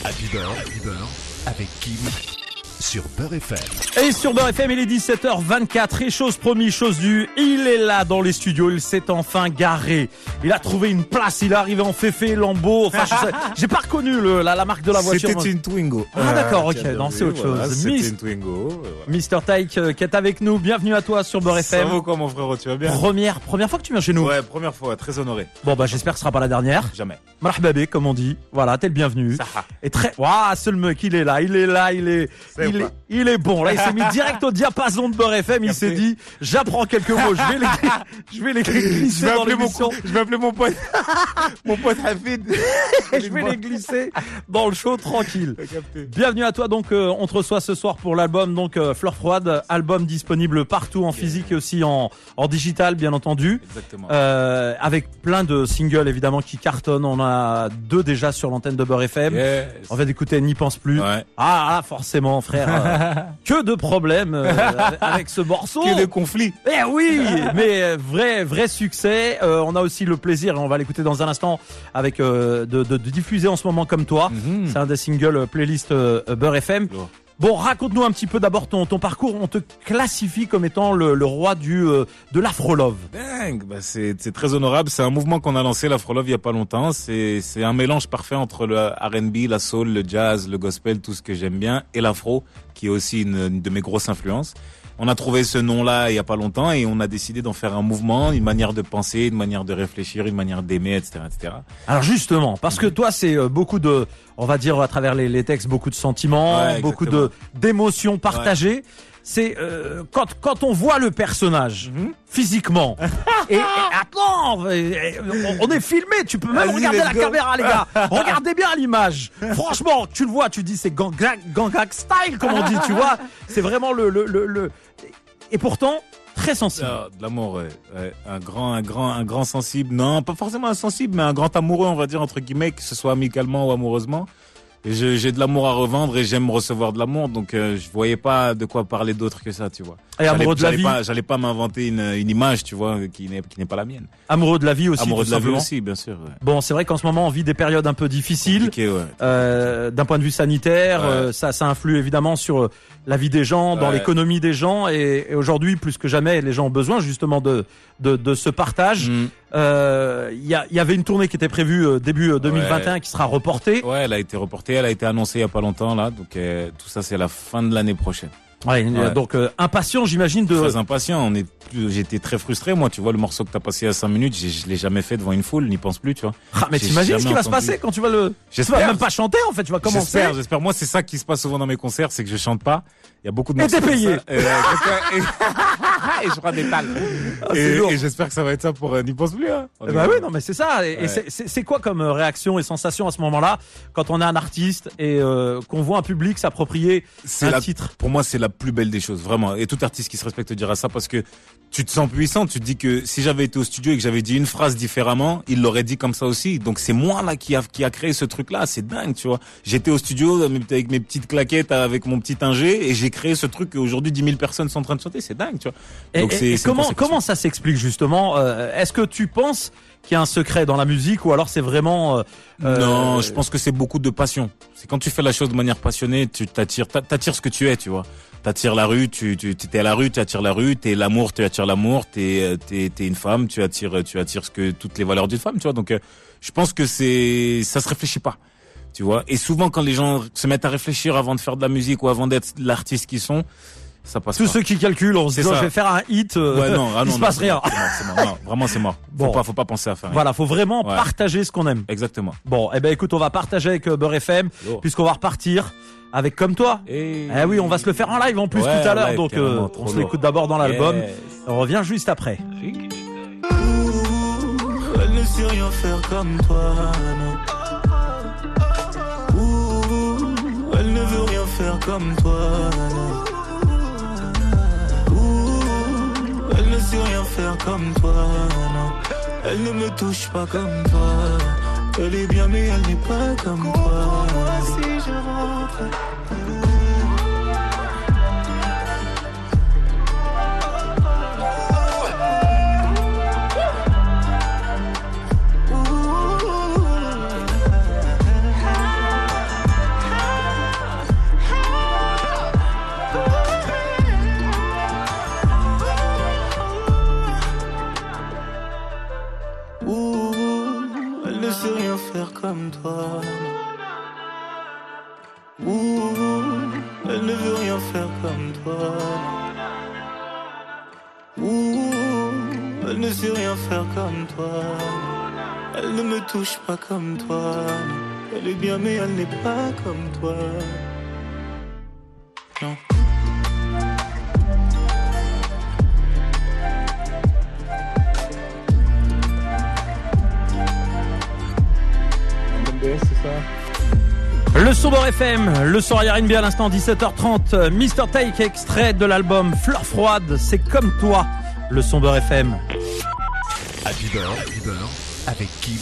Happy Beurre avec Kim sur Beurre FM. Et sur Beurre FM, il est 17h24 et chose promis, chose due, il est là dans les studios, il s'est enfin garé. Il a trouvé une place, il est arrivé en féfé, lambeau, enfin j'ai pas reconnu la marque de la voiture. C'était une Twingo. Ah d'accord, ok, non c'est autre chose. C'était une Twingo. Mr. Tyke qui est avec nous, bienvenue à toi sur Beurre FM. Ça va quoi mon frérot, tu vas bien? Première fois que tu viens chez nous. Ouais, première fois, très honoré. Bon bah j'espère que ce sera pas la dernière. Jamais. Marhaba comme on dit. Voilà, t'es le bienvenu. Saha. Et très, waouh, ce mec, il est là, il est bon. Là, il s'est mis direct au diapason de Beurre FM. Il s'est dit, j'apprends quelques mots. Je vais les glisser dans l'émission. Je vais appeler mon pote Hafid. Je vais les glisser dans le show tranquille. Bienvenue à toi. Donc, on te reçoit ce soir pour l'album, donc, Fleur Froide. Album disponible partout en physique et aussi en digital, bien entendu. Exactement. Avec plein de singles, évidemment, qui cartonnent. On a 2 déjà sur l'antenne de Beurre FM. Yes. On va d'écouter N'y pense plus. Ouais. Ah, forcément, frère. Que de problèmes avec ce morceau. Que de conflits. Eh oui, mais vrai succès. On a aussi le plaisir, et on va l'écouter dans un instant, avec de diffuser en ce moment comme toi. Mm-hmm. C'est un des singles playlist Beurre FM. Oh. Bon, raconte-nous un petit peu d'abord ton parcours. On te classifie comme étant le roi de l'afro-love. Dingue, bah c'est très honorable. C'est un mouvement qu'on a lancé, l'Afro-Love, il y a pas longtemps. C'est un mélange parfait entre le R&B, la soul, le jazz, le gospel, tout ce que j'aime bien, et l'afro, qui est aussi une de mes grosses influences. On a trouvé ce nom-là il y a pas longtemps et on a décidé d'en faire un mouvement, une manière de penser, une manière de réfléchir, une manière d'aimer, etc., etc. Alors justement, parce que toi, c'est beaucoup de, on va dire à travers les textes, beaucoup de sentiments, Ouais, beaucoup d'émotions partagées. Ouais. C'est quand on voit le personnage physiquement et attends, on est filmé, tu peux même regarder la caméra les gars. Regardez bien l'image. Franchement, tu le vois, tu dis c'est Gangnam style comme on dit, tu vois. C'est vraiment le et pourtant très sensible. De l'amour, ouais. Un grand sensible. Non, pas forcément insensible, mais un grand amoureux, on va dire entre guillemets, que ce soit amicalement ou amoureusement. J'ai de l'amour à revendre et j'aime recevoir de l'amour, donc je voyais pas de quoi parler d'autre que ça, tu vois. Et amoureux de la vie. J'allais pas m'inventer une image, tu vois, qui n'est pas la mienne. Amoureux de la vie aussi. Amoureux tout de la vie simplement. aussi, bien sûr. Ouais. Bon, c'est vrai qu'en ce moment on vit des périodes un peu difficiles. Ouais. D'un point de vue sanitaire, ouais. Ça influe évidemment sur la vie des gens, dans l'économie des gens, et aujourd'hui plus que jamais, les gens ont besoin justement de ce partage. Il y avait une tournée qui était prévue début 2021 qui sera reportée. Ouais, elle a été reportée, elle a été annoncée il y a pas longtemps là, donc tout ça c'est la fin de l'année prochaine. Ouais. Donc impatient, j'imagine de. Très impatient. J'étais très frustré, moi. Tu vois le morceau que t'as passé à 5 minutes, je l'ai jamais fait devant une foule, n'y pense plus, tu vois. Ah, mais t'imagines ce qui va se passer quand tu vas le. Tu vas même pas chanter en fait, tu vas commencer. J'espère. Moi, c'est ça qui se passe souvent dans mes concerts, c'est que je chante pas. Il y a beaucoup de morceaux. Et t'es payé. Et je prends des talles. Et j'espère que ça va être ça pour n'y pense plus. Hein. Bah oui, non, mais c'est ça. Et c'est quoi comme réaction et sensation à ce moment-là quand on est un artiste et qu'on voit un public s'approprier un titre? Pour moi, c'est la plus belle des choses, vraiment. Et tout artiste qui se respecte dira ça parce que tu te sens puissant. Tu te dis que si j'avais été au studio et que j'avais dit une phrase différemment, il l'aurait dit comme ça aussi. Donc c'est moi là qui a créé ce truc-là. C'est dingue, tu vois. J'étais au studio avec mes petites claquettes, avec mon petit ingé, et j'ai créé ce truc qu'aujourd'hui 10 000 personnes sont en train de chanter. C'est dingue, tu vois. Donc et comment ça s'explique justement? Est-ce que tu penses qu'il y a un secret dans la musique ou alors c'est vraiment Non, je pense que c'est beaucoup de passion. C'est quand tu fais la chose de manière passionnée, tu t'attires ce que tu es, tu vois. T'attires la rue, t'es à la rue, tu attires la rue, t'es l'amour, tu attires l'amour, t'es une femme, tu attires toutes les valeurs d'une femme, tu vois. Donc je pense que ça se réfléchit pas. Tu vois. Et souvent quand les gens se mettent à réfléchir avant de faire de la musique ou avant d'être l'artiste qu'ils sont, ça passe tous pas. ceux qui calculent, on se dit je vais faire un hit, il se passe rien. C'est mort. Non, vraiment c'est mort. Faut pas penser à faire. Voilà, faut vraiment partager ce qu'on aime. Exactement. Bon, écoute, on va partager avec Beurre FM puisqu'on va repartir avec Comme toi. Oui, on va se le faire en live en plus tout à l'heure, donc on se l'écoute d'abord dans l'album. On revient juste après. Elle ne sait rien faire comme toi, non. Elle ne veut rien faire comme toi, non. Elle ne sait rien faire comme toi, non. Elle ne me touche pas comme toi. Elle est bien mais elle n'est pas comme toi. Moi si je rentre. Ouh, elle ne veut rien faire comme toi. Ouh, elle ne sait rien faire comme toi. Elle ne me touche pas comme toi. Elle est bien mais elle n'est pas comme toi. Non. Le son Beurre FM, le son R&B à l'instant 17h30, Mr Take, extrait de l'album Fleur Froide, c'est comme toi, le son Beurre FM. Happy Beurre avec Kim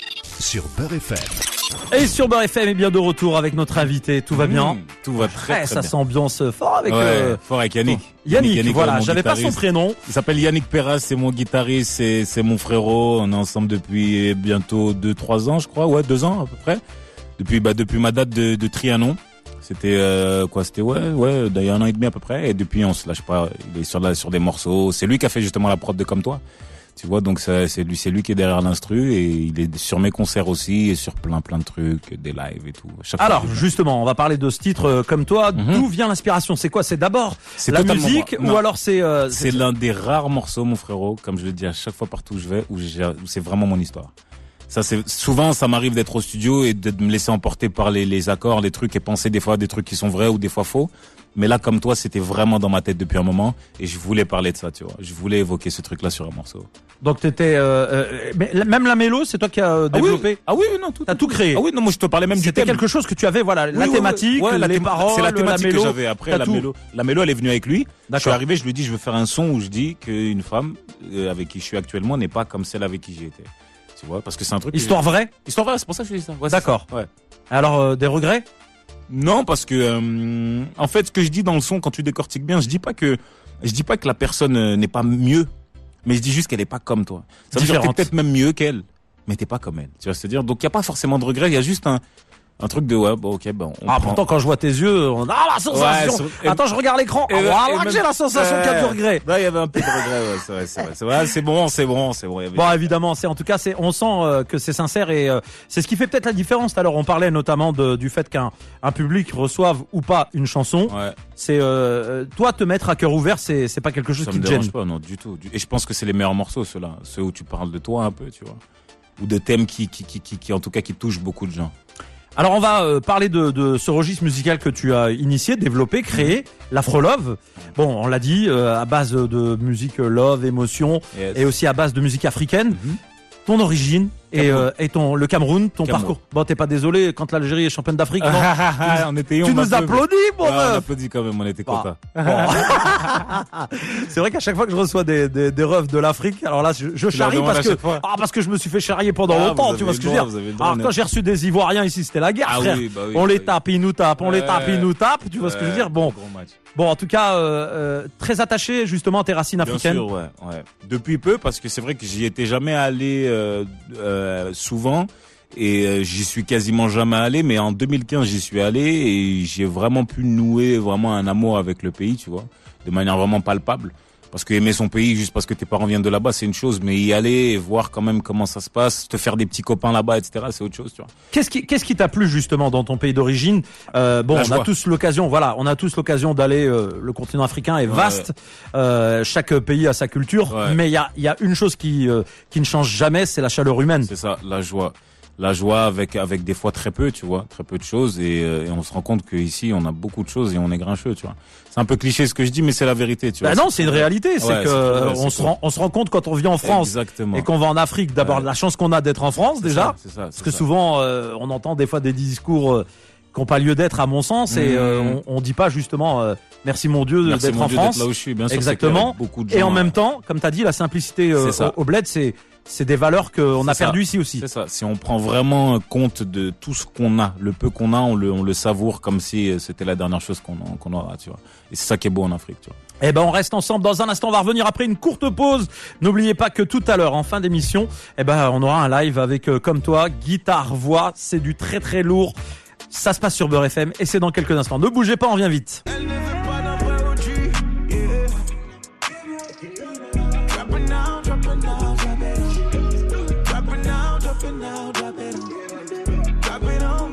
sur Beurre FM. Et sur Beurre FM, et bien de retour avec notre invité, tout va bien? Tout va très Ça bien. s'ambiance fort avec fort avec Yannick. Yannick, voilà, j'avais pas son guitariste. prénom. Il s'appelle Yannick Perras, c'est mon guitariste, c'est mon frérot. On est ensemble depuis bientôt 2-3 ans, je crois. Ouais, 2 ans à peu près. Depuis ma date de Trianon. C'était c'était il y a 1 an et demi à peu près. Et depuis on se lâche pas. Il est sur des morceaux. C'est lui qui a fait justement la prod de Comme Toi. Tu vois, donc c'est lui qui est derrière l'instru et il est sur mes concerts aussi et sur plein de trucs, des lives et tout. Alors justement, on va parler de ce titre Comme Toi. D'où vient l'inspiration? C'est quoi? C'est d'abord la musique ou alors c'est l'un des rares morceaux, mon frérot, comme je le dis à chaque fois partout où je vais, où c'est vraiment mon histoire. Souvent, ça m'arrive d'être au studio et de me laisser emporter par les accords, les trucs et penser des fois à des trucs qui sont vrais ou des fois faux. Mais là, Comme Toi, c'était vraiment dans ma tête depuis un moment et je voulais parler de ça, tu vois. Je voulais évoquer ce truc-là sur un morceau. Donc t'étais, mais même la mélo, c'est toi qui as développé? Ah oui, non, tout. T'as tout créé? Ah oui, non, moi je te parlais même du thème. C'était quelque chose que tu avais, voilà, la thématique, les paroles, c'est la thématique la mélo, que j'avais. Après, la mélo, elle est venue avec lui. Je suis arrivé, je lui ai dit, je veux faire un son où je dis qu'une femme avec qui je suis actuellement n'est pas comme celle avec qui j'ai été. Tu vois, parce que c'est un truc. Histoire vraie? Histoire vraie, c'est pour ça que je dis ça. Ouais, d'accord. Ça. Ouais. Alors, des regrets? Non, parce que en fait, ce que je dis dans le son, quand tu décortiques bien, je dis pas que la personne n'est pas mieux, mais je dis juste qu'elle est pas comme toi. Ça veut dire que t'es peut-être même mieux qu'elle, mais t'es pas comme elle. Tu vois, c'est-à-dire, donc il y a pas forcément de regret, il y a juste un truc de pourtant quand je vois tes yeux, la sensation. Attends, je regarde l'écran. Voilà que j'ai la sensation qu'il y a du regret. Là, il y avait un peu de regret, c'est vrai. C'est bon. Bon, évidemment, on sent que c'est sincère et c'est ce qui fait peut-être la différence. Alors, on parlait notamment du fait qu'un public reçoive ou pas une chanson. Ouais. C'est toi te mettre à cœur ouvert, c'est pas quelque chose qui te gêne. Ça me dérange pas, non, du tout. Et je pense que c'est les meilleurs morceaux, ceux-là, ceux où tu parles de toi un peu, tu vois, ou de thèmes qui en tout cas qui touchent beaucoup de gens. Alors on va parler de ce registre musical que tu as initié, développé, créé, l'Afro-Love. Bon, on l'a dit, à base de musique love, émotion, et aussi à base de musique africaine. Ton origine et le Cameroun, ton parcours. Bon, t'es pas désolé quand l'Algérie est championne d'Afrique, non? On était, tu nous applaudis, mon ref. On applaudit quand même, on était contents. Bon. C'est vrai qu'à chaque fois que je reçois des refs de l'Afrique, alors là, je charrie parce que je me suis fait charrier pendant longtemps, tu vois ce que je veux dire. Alors quand j'ai reçu des Ivoiriens ici, c'était la guerre, frère. Oui, on les tape, ils nous tapent, on les tape, ils nous tapent, tu vois ce que je veux dire. Bon, en tout cas, très attaché justement à tes racines africaines. Bien sûr, ouais. Depuis peu, parce que c'est vrai que j'y étais jamais allé souvent et j'y suis quasiment jamais allé, mais en 2015 j'y suis allé et j'ai vraiment pu nouer vraiment un amour avec le pays, tu vois, de manière vraiment palpable. Parce que aimer son pays juste parce que tes parents viennent de là-bas, c'est une chose, mais y aller et voir quand même comment ça se passe, te faire des petits copains là-bas, etc., c'est autre chose, tu vois. Qu'est-ce qui t'a plu justement dans ton pays d'origine? On a tous l'occasion, d'aller. Le continent africain est vaste. Chaque pays a sa culture, mais il y a une chose qui ne change jamais, c'est la chaleur humaine. C'est ça, la joie. La joie avec des fois très peu, tu vois, très peu de choses et on se rend compte qu'ici on a beaucoup de choses et on est grincheux, tu vois. C'est un peu cliché ce que je dis, mais c'est la vérité, tu vois. Non, c'est une réalité, on se rend compte quand on vit en France. Exactement. Et qu'on va en Afrique, d'abord la chance qu'on a d'être en France déjà, c'est ça, parce que souvent on entend des fois des discours qui n'ont pas lieu d'être à mon sens et on dit pas justement merci mon Dieu d'être en France. Là où je suis, bien sûr. Exactement. Beaucoup de gens, et en même temps, comme tu as dit, la simplicité au bled, c'est des valeurs qu'on a perdues ici aussi. C'est ça. Si on prend vraiment compte de tout ce qu'on a, le peu qu'on a, on le savoure comme si c'était la dernière chose qu'on aura, tu vois. Et c'est ça qui est beau en Afrique, tu vois. Eh ben, on reste ensemble dans un instant. On va revenir après une courte pause. N'oubliez pas que tout à l'heure, en fin d'émission, on aura un live avec, comme toi, guitare, voix. C'est du très très lourd. Ça se passe sur Beurre FM et c'est dans quelques instants. Ne bougez pas, on vient vite. Drop it on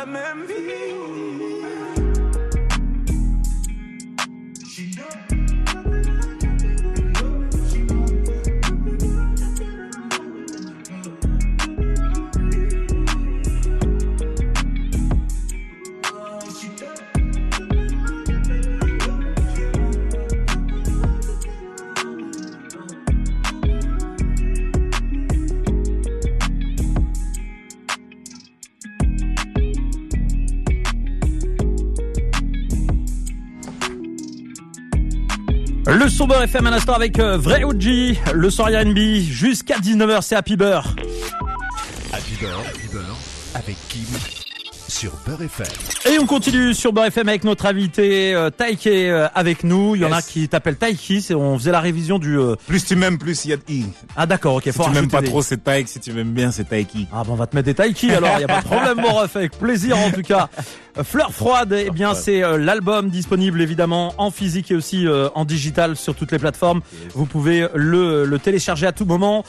même vie. Le son Beurre FM un instant avec Vrai OG, le son R&B jusqu'à 19h, c'est Happy Beurre. Happy Beurre avec Kim sur Beurre FM. Et on continue sur Beurre FM avec notre invité Taï qui est avec nous. Il y en a qui t'appellent Taïki, on faisait la révision du... Plus tu m'aimes, plus il y a de I. Ah d'accord, ok. Si tu m'aimes pas trop, c'est Taïk. Si tu m'aimes bien, c'est Taïki. Ah bon, on va te mettre des Taïki alors, il y a pas de problème mon ref, avec plaisir en tout cas. Fleur froide, eh bien c'est l'album disponible évidemment en physique et aussi en digital sur toutes les plateformes. Yes. Vous pouvez le télécharger à tout moment.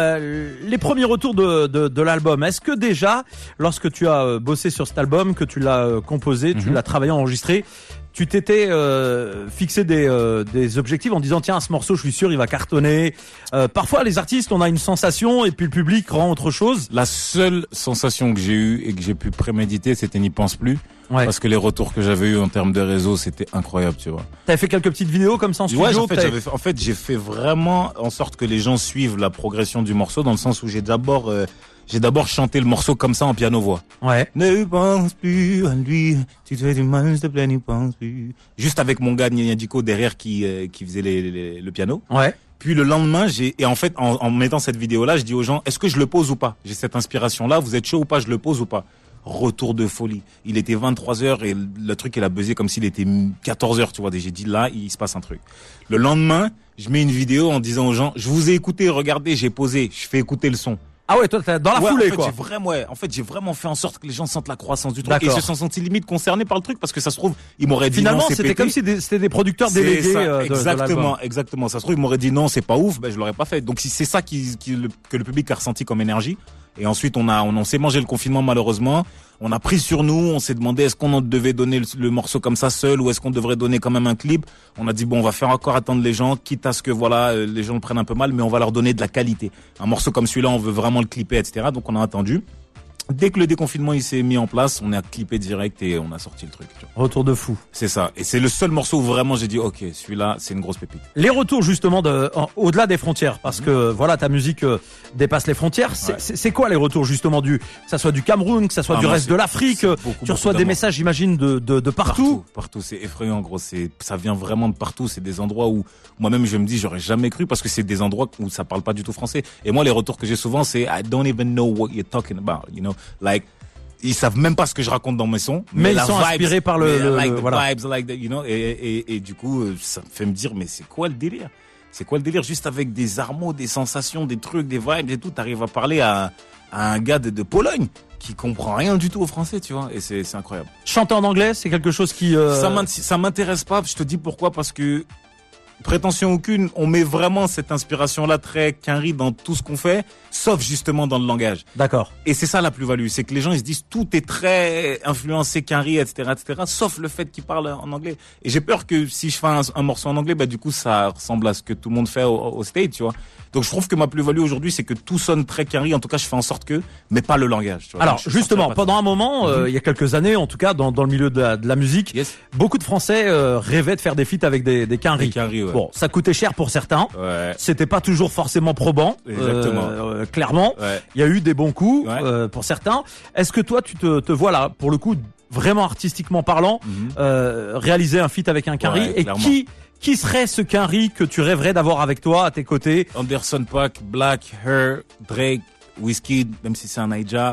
Les premiers retours de l'album, est-ce que déjà, lorsque tu as bossé sur cet album, que tu l'as composé, tu l'as travaillé, enregistré, tu t'étais fixé des objectifs en disant tiens, ce morceau je suis sûr il va cartonner. Parfois les artistes on a une sensation et puis le public rend autre chose. La seule sensation que j'ai eue et que j'ai pu préméditer, c'était n'y pense plus. Ouais. Parce que les retours que j'avais eu en termes de réseau, c'était incroyable, tu vois. T'avais fait quelques petites vidéos comme ça en studio? Ouais, en fait, j'ai fait vraiment en sorte que les gens suivent la progression du morceau, dans le sens où j'ai d'abord chanté le morceau comme ça en piano-voix. Ouais. Ne pense plus à lui, tu te fais du mal, s'il te plaît, n'y pense plus. Juste avec mon gars Niadico derrière qui faisait le piano. Ouais. Puis le lendemain, en fait, en mettant cette vidéo-là, je dis aux gens, est-ce que je le pose ou pas? J'ai cette inspiration-là, vous êtes chaud ou pas, je le pose ou pas? Retour de folie. Il était 23h et le truc, il a buzzé comme s'il était 14h, tu vois. J'ai dit là, il se passe un truc. Le lendemain, je mets une vidéo en disant aux gens, je vous ai écouté, regardez, j'ai posé, je fais écouter le son. Ah ouais, toi, t'es dans la foulée, en fait, quoi. J'ai vraiment fait en sorte que les gens sentent la croissance du truc. Et ils se sont sentis limite concernés par le truc parce que ça se trouve, ils m'auraient dit non, c'est c'était pété. comme si c'était des producteurs délégués. Exactement. Ça se trouve, ils m'auraient dit non, c'est pas ouf, je l'aurais pas fait. Donc c'est ça que le public a ressenti comme énergie. Et ensuite, on s'est mangé le confinement, malheureusement. On a pris sur nous, on s'est demandé est-ce qu'on devait donner le morceau comme ça seul ou est-ce qu'on devrait donner quand même un clip. On a dit bon, on va faire encore attendre les gens, quitte à ce que les gens le prennent un peu mal, mais on va leur donner de la qualité. Un morceau comme celui-là, on veut vraiment le clipper, etc. Donc on a attendu. Dès que le déconfinement il s'est mis en place, on a clippé direct et on a sorti le truc. Tu vois. Retour de fou. C'est ça. Et c'est le seul morceau où vraiment j'ai dit ok, celui-là c'est une grosse pépite. Les retours justement au-delà des frontières, parce que voilà, ta musique dépasse les frontières. C'est quoi les retours justement que ça soit du Cameroun, que ça soit du reste de l'Afrique? Tu reçois des messages, j'imagine, de partout. Partout, c'est effrayant, gros. Ça vient vraiment de partout. C'est des endroits où moi-même je me dis j'aurais jamais cru parce que c'est des endroits où ça parle pas du tout français. Et moi les retours que j'ai souvent c'est I don't even know what you're talking about, you know. Like, ils savent même pas ce que je raconte dans mes sons, mais ils sont inspirés par vibes, like that, you know, et du coup, ça me fait me dire, mais c'est quoi le délire? C'est quoi le délire? Juste avec des armots, des sensations, des trucs, des vibes et tout, t'arrives à parler à un gars de Pologne qui comprend rien du tout au français, tu vois, et c'est incroyable. Chanter en anglais, c'est quelque chose qui... Ça m'intéresse pas, je te dis pourquoi, parce que prétention aucune, on met vraiment cette inspiration-là très quinri dans tout ce qu'on fait, sauf justement dans le langage. D'accord. Et c'est ça la plus-value, c'est que les gens ils se disent tout est très influencé quinri, etc., sauf le fait qu'ils parlent en anglais. Et j'ai peur que si je fais un morceau en anglais, du coup ça ressemble à ce que tout le monde fait au stage, tu vois. Donc je trouve que ma plus-value aujourd'hui, c'est que tout sonne très quinri. En tout cas, je fais en sorte que, mais pas le langage. Tu vois. Alors justement, pendant un moment, il y a quelques années, en tout cas, dans le milieu de la musique, beaucoup de Français rêvaient de faire des feats avec des quinri. Des quinri, ouais. Bon, ça coûtait cher pour certains. Ouais. C'était pas toujours forcément probant. Exactement. Clairement, il y a eu des bons coups pour certains. Est-ce que toi, tu te vois là, pour le coup, vraiment artistiquement parlant, réaliser un feat avec un quinri et clairement. Qui serait ce quinri que tu rêverais d'avoir avec toi à tes côtés? Anderson .Paak, Black, Her, Drake, Wizkid, même si c'est un Naija,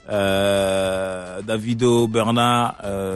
Davido, Burna,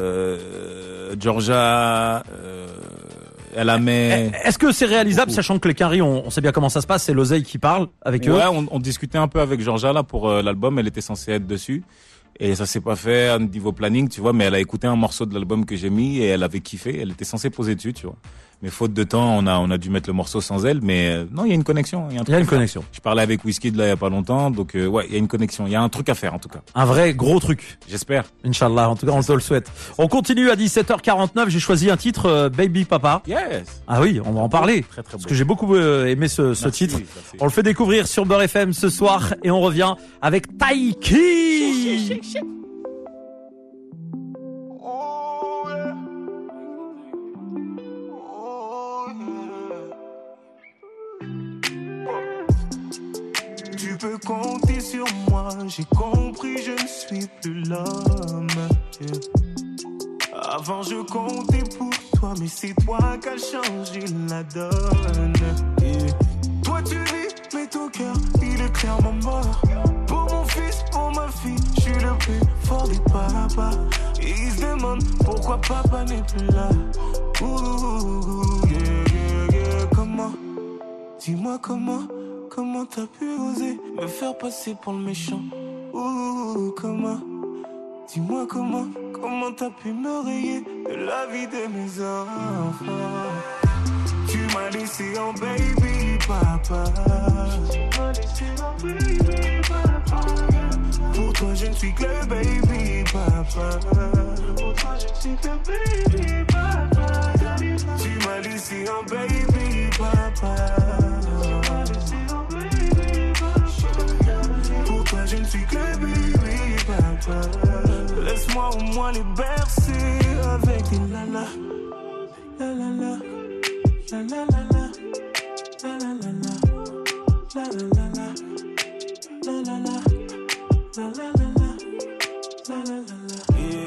Georgia, Elamé. Est-ce que c'est réalisable, sachant que les quinri, on sait bien comment ça se passe, c'est l'oseille qui parle avec eux? Ouais, on discutait un peu avec Georgia là pour l'album, elle était censée être dessus. Et ça s'est pas fait à niveau planning, tu vois, mais elle a écouté un morceau de l'album que j'ai mis et elle avait kiffé. Elle était censée poser dessus, tu vois. Mais faute de temps, on a dû mettre le morceau sans elle. Mais non, il y a une connexion. Il y a une connexion. Je parlais avec Wizkid là il y a pas longtemps, donc ouais, il y a une connexion. Il y a un truc à faire en tout cas. Un vrai gros truc. J'espère. Inch'Allah. En tout cas, on te le souhaite. On continue à 17h49. J'ai choisi un titre, Baby Papa. Yes. Ah oui, on va en parler. Très très beau. Parce que j'ai beaucoup aimé ce titre. Merci. On le fait découvrir sur Beurre FM ce soir et on revient avec Taiki. Tu peux compter sur moi, j'ai compris, je ne suis plus l'homme. Avant je comptais pour toi, mais c'est toi qui as changé la donne. Toi tu vis, mais ton cœur, il est clairement mort. Pour mon fils, pour ma fille, je suis le plus fort des papas. Et ils se demandent pourquoi papa n'est plus là. Comment? Dis-moi comment t'as pu oser me faire passer pour le méchant? Comment? Dis-moi comment t'as pu me rayer de la vie de mes enfants? Tu m'as laissé en baby papa. Pour toi je ne suis que le baby papa. Tu m'as laissé en baby papa. Pour toi je ne suis que le baby papa. Laisse-moi au moins les bercer avec des lala. La la la. La la la la. La la la la. La la la la. La la la. La la la la. La la la la.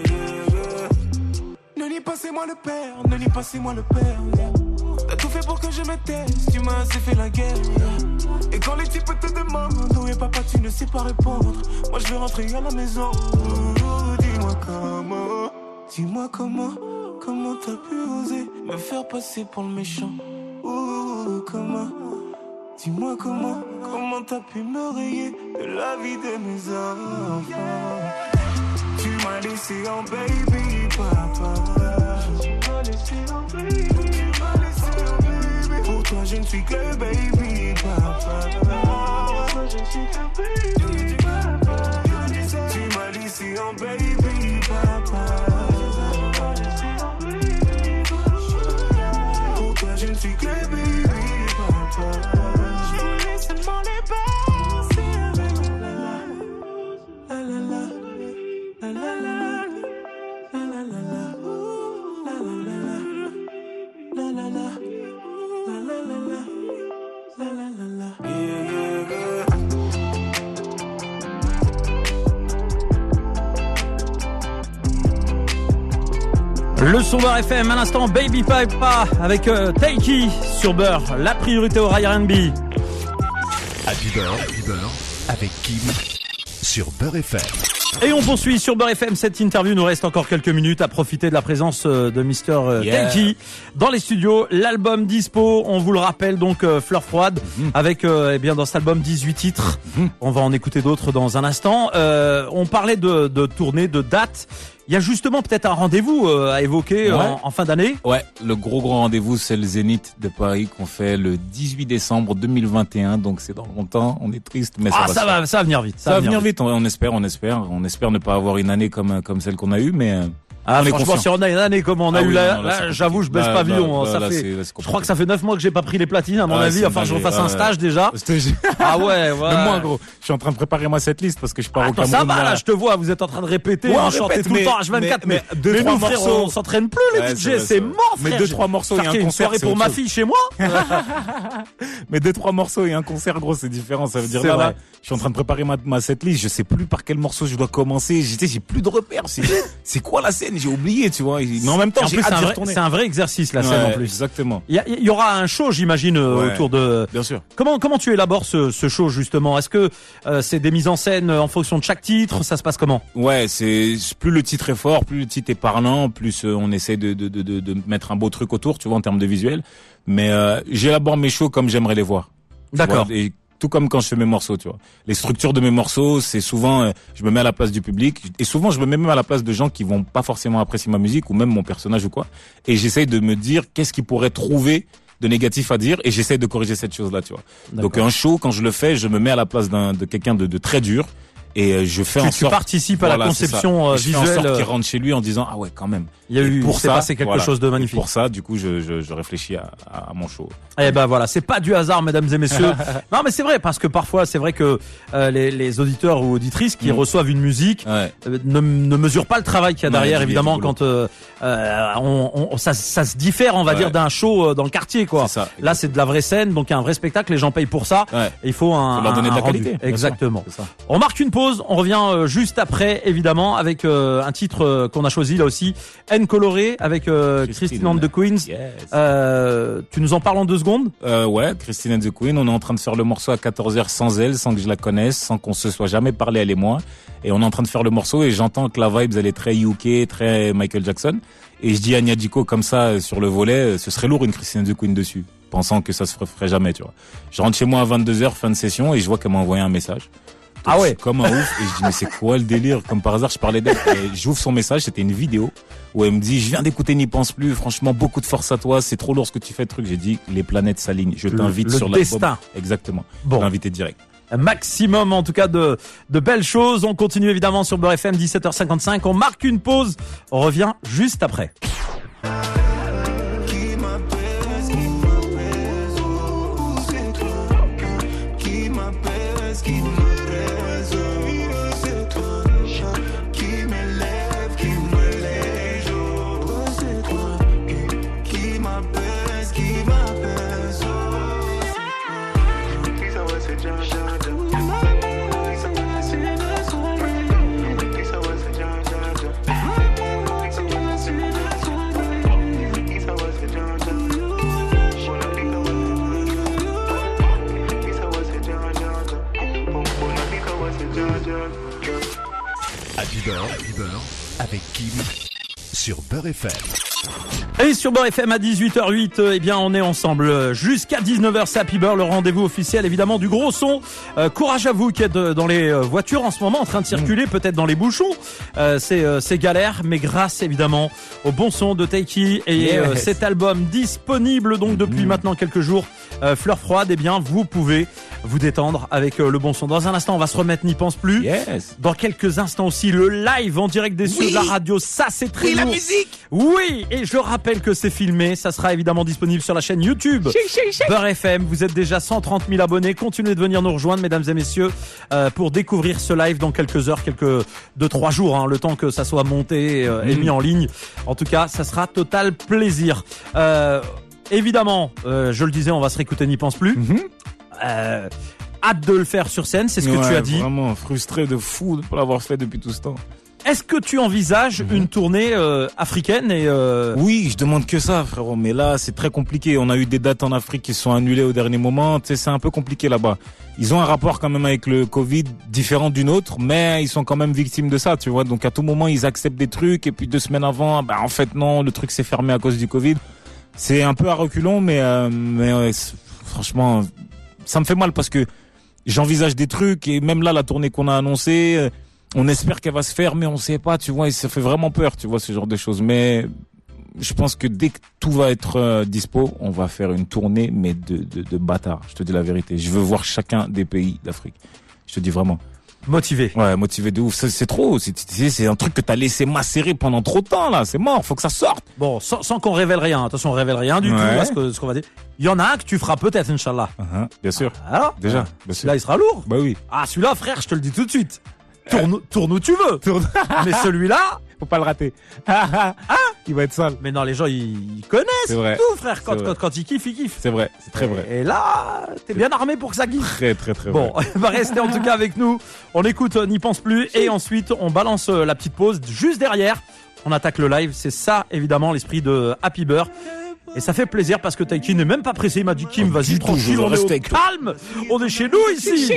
Ne nie pas c'est moi le père, ne nie pas c'est moi le père. T'as tout fait pour que je me taise, tu m'as assez fait la guerre. Et quand les types te demandent où est papa, tu ne sais pas répondre. Moi je veux rentrer à la maison. Dis-moi comment t'as pu oser me faire passer pour le méchant? Comment? Dis-moi comment t'as pu me rayer de la vie de mes enfants? Tu m'as laissé en baby papa. Pour toi je ne suis que le baby papa. Tu m'as laissé en baby papa. Pour toi je ne suis que le baby papa. Je voulais seulement les passer avec la la la la. La la la, la la la la, la la la la, la la la, la la la la, Le son Beurre FM, à l'instant Baby Papa avec Taiki sur Beurre, la priorité au rail R&B. Happy Beurre avec Kim sur Beurre FM. Et on poursuit sur Beurre FM cette interview. Nous reste encore quelques minutes à profiter de la présence de Mr. Taiki dans les studios. L'album dispo, on vous le rappelle donc Fleur Froide avec eh bien dans cet album 18 titres. On va en écouter d'autres dans un instant. On parlait de tournée, de date. Il y a justement peut-être un rendez-vous à évoquer en fin d'année. Ouais, le gros rendez-vous, c'est le Zénith de Paris qu'on fait le 18 décembre 2021. Donc c'est dans longtemps. On est triste, mais ça va venir vite. Ça va venir vite. On espère ne pas avoir une année comme celle qu'on a eue, mais franchement, si on a une année comme on a eu là, j'avoue, je baisse pavillon. Je crois que ça fait 9 mois que j'ai pas pris les platines, à mon avis. Enfin, je refasse un stage déjà. Ah ouais. Même moi, gros. Je suis en train de préparer ma setlist parce que je pars au Cameroun. Ça va, là, je te vois, vous êtes en train de répéter, chanter tout le temps H24. Mais 2-3 morceaux, on s'entraîne plus, les DJ, c'est mort, frère. Mais 2-3 morceaux, il y a un concert. Une soirée pour ma fille chez moi. Mais 2-3 morceaux et un concert, gros, c'est différent. Ça veut dire là, je suis en train de préparer ma setlist. Je sais plus par quel morceau je dois commencer. J'ai plus de repères. C'est quoi la scène? J'ai oublié, tu vois. Mais en même temps, j'ai hâte d'y retourner. C'est un vrai exercice, la scène, en plus. Exactement. Il y aura un show, j'imagine, autour de... Bien sûr. Comment tu élabores ce show, justement? Est-ce que c'est des mises en scène en fonction de chaque titre? Ça se passe comment? Ouais, c'est plus le titre est fort, plus le titre est parlant, plus on essaie de mettre un beau truc autour, tu vois, en termes de visuel. Mais j'élabore mes shows comme j'aimerais les voir. D'accord. Et tout comme quand je fais mes morceaux, tu vois. Les structures de mes morceaux, c'est souvent, je me mets à la place du public, et souvent je me mets même à la place de gens qui vont pas forcément apprécier ma musique ou même mon personnage ou quoi. Et j'essaye de me dire qu'est-ce qu'ils pourraient trouver de négatif à dire, et j'essaye de corriger cette chose-là, tu vois. D'accord. Donc un show, quand je le fais, je me mets à la place de quelqu'un de très dur. Et je fais en sorte. Tu participes à la conception visuelle. Je fais en sorte qu'il rentre chez lui en disant ah ouais quand même. Il y a eu pour ça, passé quelque chose de magnifique. Et pour ça, du coup, je réfléchis à mon show. Eh ben voilà, c'est pas du hasard, mesdames et messieurs. Non, mais c'est vrai parce que parfois, c'est vrai que les auditeurs ou auditrices qui reçouvent une musique ne mesurent pas le travail qu'il y a derrière. Évidemment, quand ça se diffère, on va dire, d'un show dans le quartier, quoi. Ça, là, c'est de la vraie scène, donc il y a un vrai spectacle. Les gens payent pour ça. Ouais. Et il faut leur donner de la rendu. qualité. Exactement. On marque une pause. On revient juste après, évidemment, avec un titre qu'on a choisi là aussi, N coloré avec Christine and the Queens. Yes. Tu nous en parles en 2 secondes? Ouais, Christine and the Queen. On est en train de faire le morceau à 14h sans elle, sans que je la connaisse, sans qu'on se soit jamais parlé elle et moi. Et on est en train de faire le morceau et j'entends que la vibe elle est très UK, très Michael Jackson. Et je dis à Nyadiko comme ça sur le volet, ce serait lourd une Christine and the Queen dessus, pensant que ça se ferait jamais, tu vois. Je rentre chez moi à 22h, fin de session, et je vois qu'elle m'a envoyé un message. Donc, ah ouais. Comme un ouf. Et je dis, mais c'est quoi le délire? Comme par hasard, je parlais d'elle. Et j'ouvre son message, c'était une vidéo où elle me dit, je viens d'écouter N'y pense plus. Franchement, beaucoup de force à toi. C'est trop lourd ce que tu fais, truc. J'ai dit, les planètes s'alignent. Je t'invite sur l'album. Destin. Exactement. Bon. Je t'ai invité direct. Un maximum, en tout cas, de belles choses. On continue évidemment sur Beurre FM, 17h55. On marque une pause. On revient juste après. Happy Beurre avec Kim sur Beurre FM. Et sur Beurre FM à 18h08, eh bien on est ensemble jusqu'à 19h, c'est Happy Beurre, le rendez-vous officiel évidemment du gros son. Courage à vous qui êtes dans les voitures en ce moment en train de circuler, peut-être dans les bouchons. C'est galère, mais grâce évidemment au bon son de Taiki et cet album disponible donc depuis maintenant quelques jours, Fleur Froide, eh bien vous pouvez vous détendre avec le bon son. Dans un instant, on va se remettre N'y pense plus. Yes. Dans quelques instants aussi, le live en direct des cieux de la radio. Ça, c'est très lourd. la musique. Oui, et je rappelle que c'est filmé. Ça sera évidemment disponible sur la chaîne YouTube Beurre FM. Vous êtes déjà 130 000 abonnés. Continuez de venir nous rejoindre, mesdames et messieurs, pour découvrir ce live dans quelques heures, 2-3 jours, hein, le temps que ça soit monté et mis en ligne. En tout cas, ça sera total plaisir. Évidemment, je le disais, on va se réécouter N'y pense plus. Hâte de le faire sur scène, c'est ce que tu as dit. Vraiment frustré de fou de pas l'avoir fait depuis tout ce temps. Est-ce que tu envisages une tournée africaine et Oui, je demande que ça, frérot. Mais là, c'est très compliqué. On a eu des dates en Afrique qui sont annulées au dernier moment. Tu sais, c'est un peu compliqué là-bas. Ils ont un rapport quand même avec le Covid différent du nôtre, mais ils sont quand même victimes de ça, tu vois. Donc à tout moment, ils acceptent des trucs et puis 2 semaines avant, bah en fait non, le truc s'est fermé à cause du Covid. C'est un peu à reculons, mais franchement, ça me fait mal parce que j'envisage des trucs et même là, la tournée qu'on a annoncée, on espère qu'elle va se faire, mais on sait pas, tu vois, et ça fait vraiment peur, tu vois, ce genre de choses. Mais je pense que dès que tout va être dispo, on va faire une tournée, mais de bâtard. Je te dis la vérité. Je veux voir chacun des pays d'Afrique. Je te dis vraiment. Motivé. Ouais, motivé de ouf. C'est trop. C'est un truc que t'as laissé macérer pendant trop de temps, là. C'est mort. Faut que ça sorte. Bon, sans qu'on révèle rien. Attention, on révèle rien du tout à ce qu'on va dire. Il y en a un que tu feras peut-être, Inch'Allah. Bien sûr. Alors déjà. Bien sûr. Celui-là, il sera lourd. Bah oui. Ah, celui-là, frère, je te le dis tout de suite. Tourne où tu veux. Mais celui-là, faut pas le rater. Il va être sale. Mais non, les gens, ils connaissent tout, frère. Quand ils kiffent, ils kiffent. C'est vrai, c'est très vrai. Et là, t'es bien armé pour que ça kiffe. Très, très, très bon, vrai. Bon, va rester en tout cas avec nous. On écoute N'y pense plus. Et ensuite, on balance la petite pause. Juste derrière, on attaque le live. C'est ça, évidemment, l'esprit de Happy Beurre. Et ça fait plaisir parce que Taiki n'est même pas pressé. Il m'a dit, Kim, vas-y, tranquille, on est au calme. On est chez nous ici.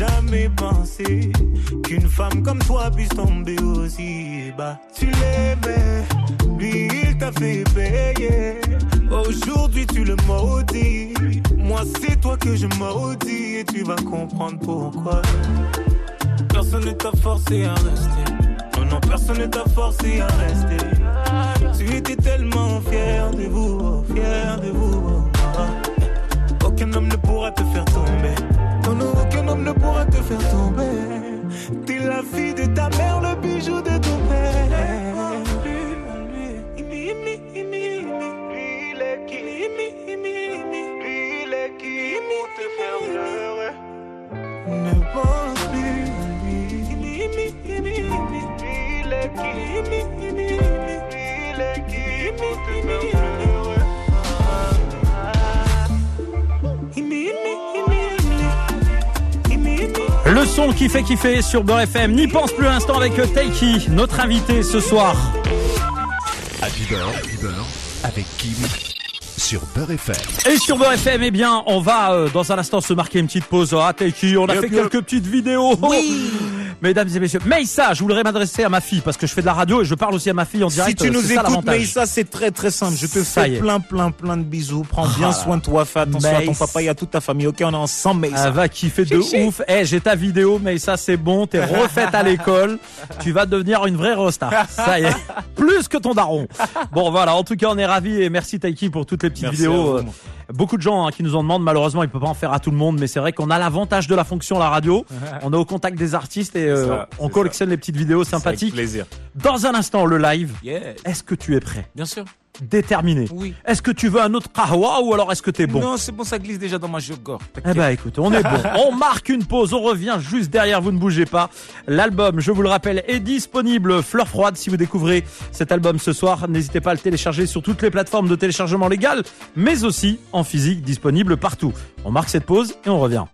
jamais pensé qu'une femme comme toi puisse tomber aussi bas. Tu l'aimais, lui il t'a fait payer. Aujourd'hui tu le maudis. Moi c'est toi que je maudis et tu vas comprendre pourquoi. Personne ne t'a forcé à rester. Non, non, personne ne t'a forcé à rester. Tu étais tellement fier de vous, oh, fier de vous. Oh. Aucun homme ne pourra te faire tomber. Non, non, aucun homme ne pourra te faire tomber. T'es la fille de ta mère, le bijou de ton père. Ne pense plus à lui. Il est qui pour te faire pleurer. Le son qui fait kiffer sur Beurre FM. N'y pense plus un instant avec Taiki, notre invité ce soir. Happy Beurre avec Kim sur Beurre FM. Et sur Beurre FM, eh bien, on va dans un instant se marquer une petite pause. Ah, Taiki, on a fait quelques petites vidéos. Oui. Mesdames et messieurs, Meissa, je voudrais m'adresser à ma fille parce que je fais de la radio et je parle aussi à ma fille en direct. Si tu nous c'est ça, écoutes, l'avantage. Meissa, c'est très très simple. Je te Ça y fais est. plein de bisous. Prends bien soin de toi. Fais attention à ton Meissa. papa et à toute ta famille. Ok, on est ensemble, Meissa. Elle va kiffer de ouf. Eh, j'ai ta vidéo, Meissa, c'est bon. T'es refaite à l'école. Tu vas devenir une vraie rosta. Ça y est. Plus que ton daron. Bon, voilà. En tout cas, on est ravis et merci Taiki pour toutes les petites Merci vidéos. à vous. Beaucoup de gens qui nous en demandent. Malheureusement, il peut pas en faire à tout le monde, mais c'est vrai qu'on a l'avantage de la fonction la radio. On est au contact des artistes et on collectionne les petites vidéos sympathiques. Avec plaisir. Dans un instant, le live. Yes. Est-ce que tu es prêt? Bien sûr. Déterminé. Oui. Est-ce que tu veux un autre kahwa ou alors est-ce que t'es bon? Non, c'est bon, ça glisse déjà dans ma jogor. Eh ben écoute, on est bon. On marque une pause, on revient juste derrière, vous ne bougez pas. L'album, je vous le rappelle, est disponible. Fleur froide, si vous découvrez cet album ce soir, n'hésitez pas à le télécharger sur toutes les plateformes de téléchargement légal, mais aussi en physique, disponible partout. On marque cette pause et on revient.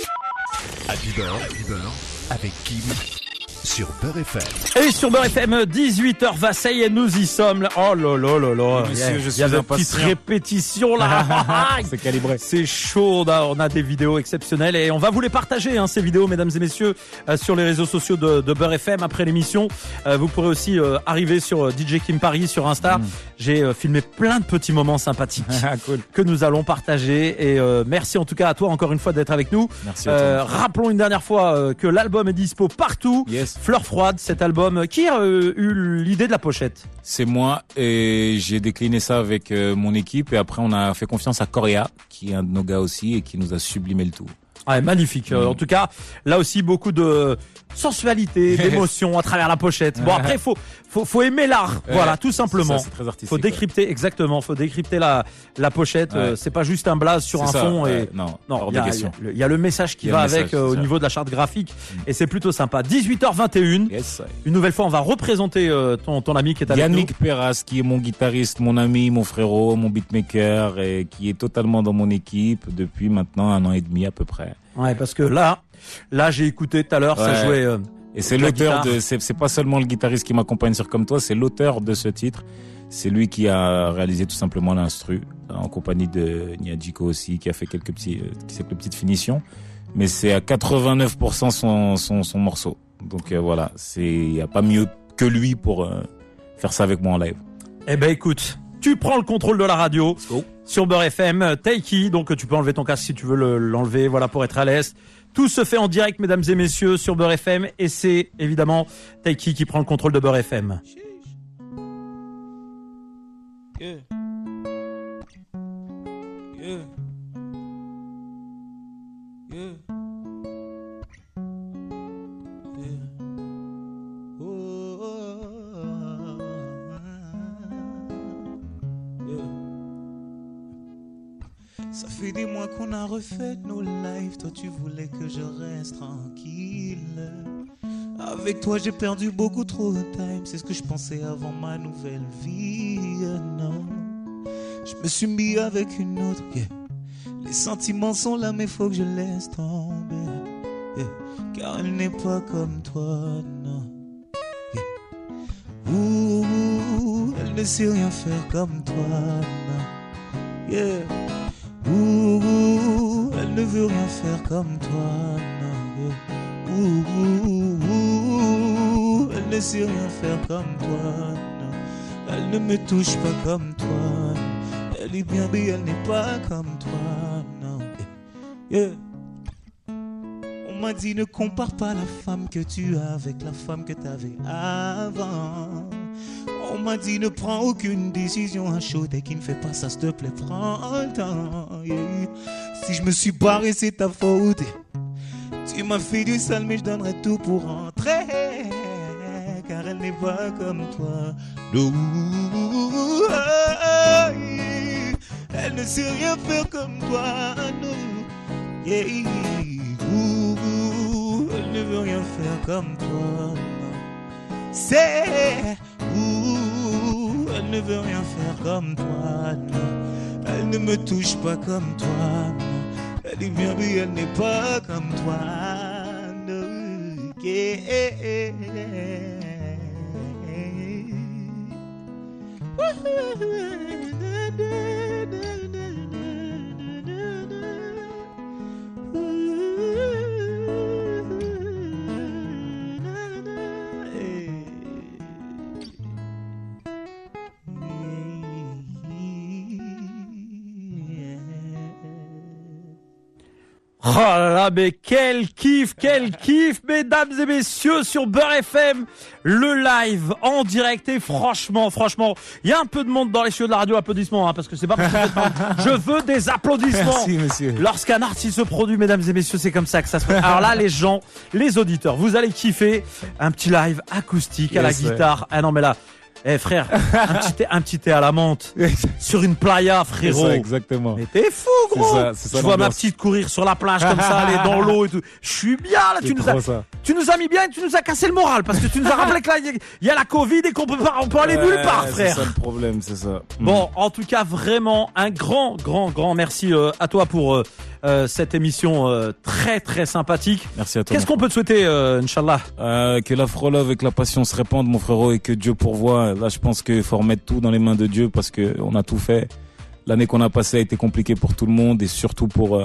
Happy Beurre avec Kim sur Beurre FM. Et sur Beurre FM, 18h20, ça y est, nous y sommes. Oh là là là là. Monsieur, je Il y a suis des petites impatient. répétitions là. C'est calibré. C'est chaud, on a des vidéos exceptionnelles et on va vous les partager, ces vidéos, mesdames et messieurs, sur les réseaux sociaux de Beurre FM après l'émission. Vous pourrez aussi arriver sur DJ Kim Paris sur Insta. J'ai filmé plein de petits moments sympathiques Cool. que nous allons partager et merci en tout cas à toi encore une fois d'être avec nous. Merci à toi. Rappelons une dernière fois que l'album est dispo partout. Yes. Fleur froide, cet album. Qui a eu l'idée de la pochette? C'est moi et j'ai décliné ça avec mon équipe et après on a fait confiance à Coria qui est un de nos gars aussi et qui nous a sublimé le tout. Ouais, magnifique. En tout cas, là aussi beaucoup de sensualité, d'émotion à travers la pochette. Bon après faut aimer l'art. Voilà, tout simplement. C'est très artistique. Faut décrypter exactement, faut décrypter la pochette, Ouais. C'est pas juste un blaze sur C'est un ça, fond ouais, et non, non, hors il de question. y a le message qui Il y a va le message, avec c'est au ça. niveau de la charte graphique et c'est plutôt sympa. 18h21. Yes. Une nouvelle fois, on va représenter ton ami qui est avec Yannick Perras qui est mon guitariste, mon ami, mon frérot, mon beatmaker et qui est totalement dans mon équipe depuis maintenant 1 an et demi à peu près. nous. Ouais, parce que là j'ai écouté tout à l'heure, ça Ouais. jouait. Et c'est La l'auteur guitare. de, c'est pas seulement le guitariste qui m'accompagne sur Comme Toi, c'est l'auteur de ce titre. C'est lui qui a réalisé tout simplement l'instru, en compagnie de Niadjiko aussi, qui a fait quelques petites finitions. Mais c'est à 89% son morceau. Donc voilà, y a pas mieux que lui pour faire ça avec moi en live. Eh ben écoute, tu prends le contrôle de la radio go. sur Beurre FM, Taiki, donc tu peux enlever ton casque si tu veux l'enlever, voilà, pour être à l'aise. Tout se fait en direct, mesdames et messieurs, sur Beurre FM et c'est évidemment Taiki qui prend le contrôle de Beurre FM. Yeah. Yeah. Yeah. Yeah. Oh. Yeah. Ça fait des mois qu'on a refait nos lives. Toi, tu voulais que je reste tranquille. Avec toi, j'ai perdu beaucoup trop de time. C'est ce que je pensais avant ma nouvelle vie. Non, je me suis mis avec une autre. Yeah. Les sentiments sont là, mais faut que je laisse tomber. Yeah. Car elle n'est pas comme toi, non. Yeah. Ouh, elle ne sait rien faire comme toi, non. Yeah. Ouh, elle ne veut rien faire comme toi, non. Yeah. Elle ne sait rien faire comme toi, non. Elle ne me touche pas comme toi. Elle est bien, mais elle n'est pas comme toi, non. Yeah. On m'a dit ne compare pas la femme que tu as avec la femme que tu avais avant. On m'a dit ne prends aucune décision à chaud et qui ne fait pas ça, s'il te plaît, prends le temps. Yeah. Si je me suis barré, c'est ta faute. Tu m'as fait du sale, mais je donnerai tout pour rentrer. Car elle n'est pas comme toi. No. Elle ne sait rien faire comme toi. No. Yeah. Elle ne veut rien faire comme toi. C'est elle ne veut rien faire comme toi. Non. Elle ne me touche pas comme toi. Non. Elle est bien, mais elle n'est pas comme toi. No. Yeah. Oh là là, mais quel kiff, mesdames et messieurs, sur Beurre FM, le live en direct. Et franchement, il y a un peu de monde dans les studios de la radio. Applaudissements, hein, parce que c'est pas possible. Je veux des applaudissements. Merci, monsieur. Lorsqu'un artiste se produit, mesdames et messieurs, c'est comme ça que ça se passe. Alors là, les gens, les auditeurs, vous allez kiffer un petit live acoustique à la guitare. Ah non, mais là, frère, un petit thé à la menthe sur une playa, frérot. C'est ça, exactement. Mais t'es fou, gros. C'est ça, je vois ma petite courir sur la plage comme ça, aller dans l'eau et tout. Je suis bien là. Tu nous as mis bien et tu nous as cassé le moral parce que tu nous as rappelé que là il y a la Covid et qu'on peut aller nulle part, frère. C'est ça le problème, c'est ça. Bon, en tout cas, vraiment un grand merci à toi pour cette émission très très sympathique. Merci à toi. Qu'est-ce qu'on peut te souhaiter, Inch'Allah? Que l'afro-love et que la passion se répandent, mon frérot, et que Dieu pourvoie. Là, je pense qu'il faut remettre tout dans les mains de Dieu parce que on a tout fait. L'année qu'on a passée a été compliquée pour tout le monde et surtout pour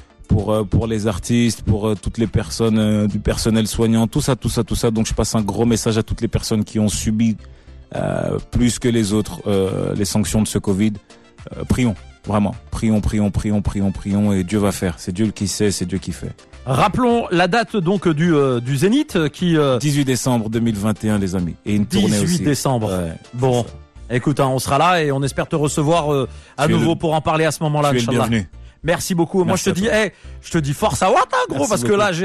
les artistes, pour toutes les personnes du personnel soignant, tout ça. Donc, je passe un gros message à toutes les personnes qui ont subi plus que les autres les sanctions de ce Covid. Prions, vraiment. Prions et Dieu va faire. C'est Dieu qui sait, c'est Dieu qui fait. Rappelons la date donc du Zénith qui 18 décembre 2021, les amis, et une tournée aussi. 18 décembre. Ouais, bon, écoute, hein, on sera là et on espère te recevoir à nouveau pour en parler à ce moment-là. Tu es le bienvenu. Merci beaucoup. Moi, je te dis force à Watt, hein, gros, parce que là,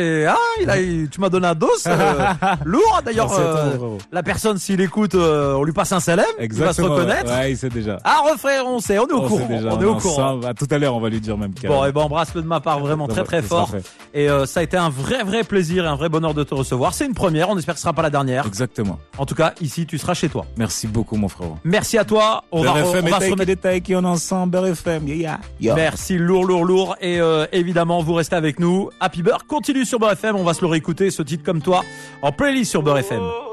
tu m'as donné un dos lourd. D'ailleurs, la personne, s'il écoute, on lui passe un salam. Il va se reconnaître. Ouais, il sait déjà. Ah, frère, on sait, on est au courant. On est au courant. À tout à l'heure, on va lui dire même. Bon, et ben, embrasse-le de ma part vraiment très fort. Et ça a été un vrai plaisir, un vrai bonheur de te recevoir. C'est une première. On espère que ce sera pas la dernière. Exactement. En tout cas, ici, tu seras chez toi. Merci beaucoup, mon frère. Merci à toi. On va se remettre des détails qui en ensemble. Beurre FM. Merci, lourd. Et évidemment, vous restez avec nous. Happy Beurre continue sur Beurre FM. On va se le réécouter, ce titre comme toi, en playlist sur Beurre FM.